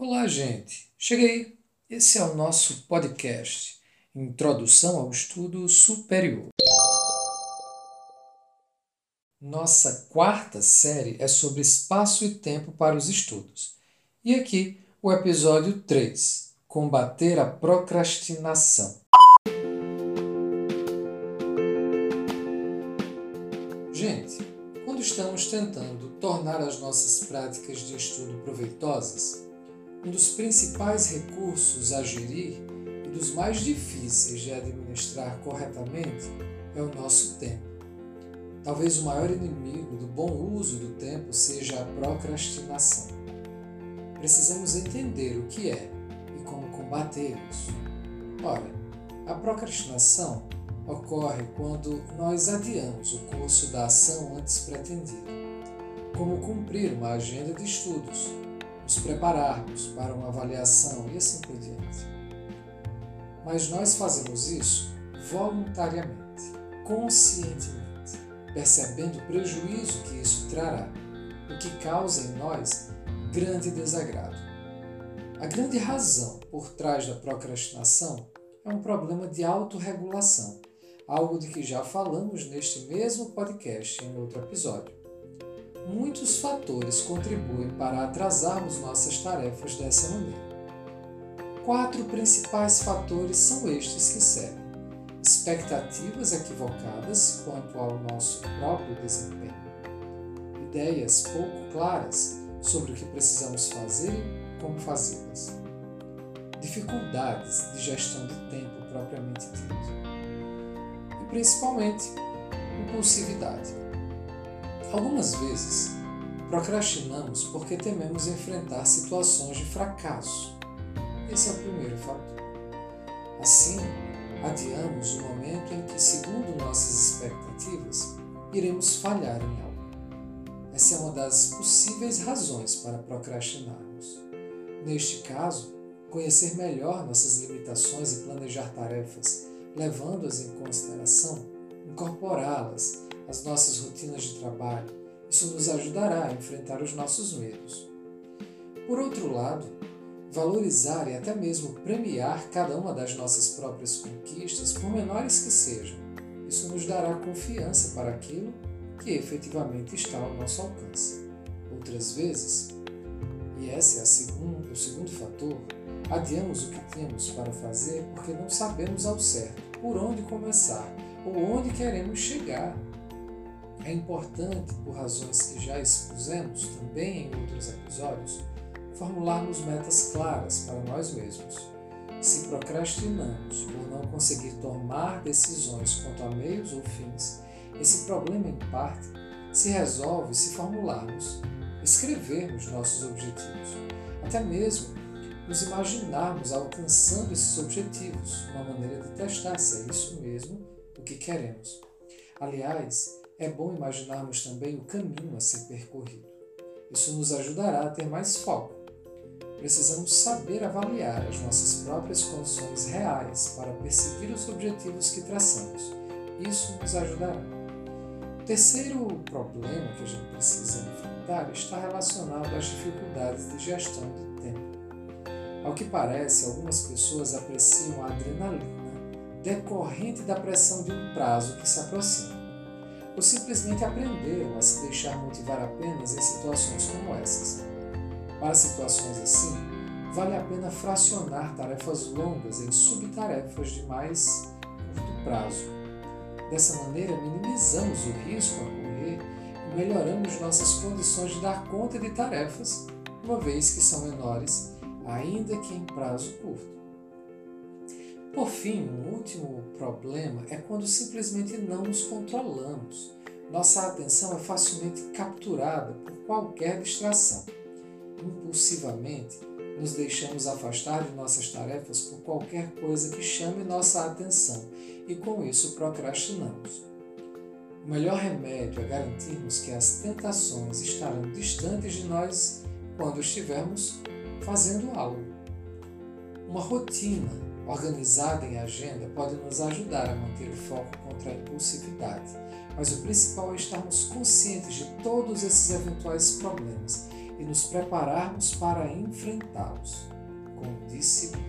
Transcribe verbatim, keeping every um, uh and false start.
Olá, gente! Cheguei! Esse é o nosso podcast, Introdução ao Estudo Superior. Nossa quarta série é sobre espaço e tempo para os estudos. E aqui o episódio três, Combater a Procrastinação. Gente, quando estamos tentando tornar as nossas práticas de estudo proveitosas, um dos principais recursos a gerir e dos mais difíceis de administrar corretamente é o nosso tempo. Talvez o maior inimigo do bom uso do tempo seja a procrastinação. Precisamos entender o que é e como combater isso. Ora, a procrastinação ocorre quando nós adiamos o curso da ação antes pretendida, como cumprir uma agenda de estudos, nos prepararmos para uma avaliação e assim por diante. Mas nós fazemos isso voluntariamente, conscientemente, percebendo o prejuízo que isso trará, o que causa em nós grande desagrado. A grande razão por trás da procrastinação é um problema de autorregulação, algo de que já falamos neste mesmo podcast em outro episódio. Muitos fatores contribuem para atrasarmos nossas tarefas dessa maneira. Quatro principais fatores são estes que seguem: expectativas equivocadas quanto ao nosso próprio desempenho, ideias pouco claras sobre o que precisamos fazer e como fazê-las, dificuldades de gestão de tempo propriamente dito e, principalmente, impulsividade. Algumas vezes, procrastinamos porque tememos enfrentar situações de fracasso. Esse é o primeiro fator. Assim, adiamos o momento em que, segundo nossas expectativas, iremos falhar em algo. Essa é uma das possíveis razões para procrastinarmos. Neste caso, conhecer melhor nossas limitações e planejar tarefas, levando-as em consideração, incorporá-las às nossas rotinas de trabalho, isso nos ajudará a enfrentar os nossos medos. Por outro lado, valorizar e até mesmo premiar cada uma das nossas próprias conquistas, por menores que sejam, isso nos dará confiança para aquilo que efetivamente está ao nosso alcance. Outras vezes, e esse é a segundo, o segundo fator, adiamos o que temos para fazer porque não sabemos ao certo por onde começar ou onde queremos chegar. É importante, por razões que já expusemos também em outros episódios, formularmos metas claras para nós mesmos. Se procrastinamos por não conseguir tomar decisões quanto a meios ou fins, esse problema, em parte, se resolve se formularmos, escrevermos nossos objetivos, até mesmo nos imaginarmos alcançando esses objetivos, uma maneira de testar se é isso mesmo o que queremos. Aliás, é bom imaginarmos também o caminho a ser percorrido. Isso nos ajudará a ter mais foco. Precisamos saber avaliar as nossas próprias condições reais para perseguir os objetivos que traçamos. Isso nos ajudará. O terceiro problema que a gente precisa enfrentar está relacionado às dificuldades de gestão de tempo. Ao que parece, algumas pessoas apreciam a adrenalina decorrente da pressão de um prazo que se aproxima, ou simplesmente aprenderam a se deixar motivar apenas em situações como essas. Para situações assim, vale a pena fracionar tarefas longas em subtarefas de mais curto prazo. Dessa maneira, minimizamos o risco a correr e melhoramos nossas condições de dar conta de tarefas, uma vez que são menores, ainda que em prazo curto. Por fim, um último problema é quando simplesmente não nos controlamos. Nossa atenção é facilmente capturada por qualquer distração. Impulsivamente, nos deixamos afastar de nossas tarefas por qualquer coisa que chame nossa atenção e com isso procrastinamos. O melhor remédio é garantirmos que as tentações estarão distantes de nós quando estivermos fazendo algo. Uma rotina organizada em agenda pode nos ajudar a manter o foco contra a impulsividade, mas o principal é estarmos conscientes de todos esses eventuais problemas e nos prepararmos para enfrentá-los com disciplina.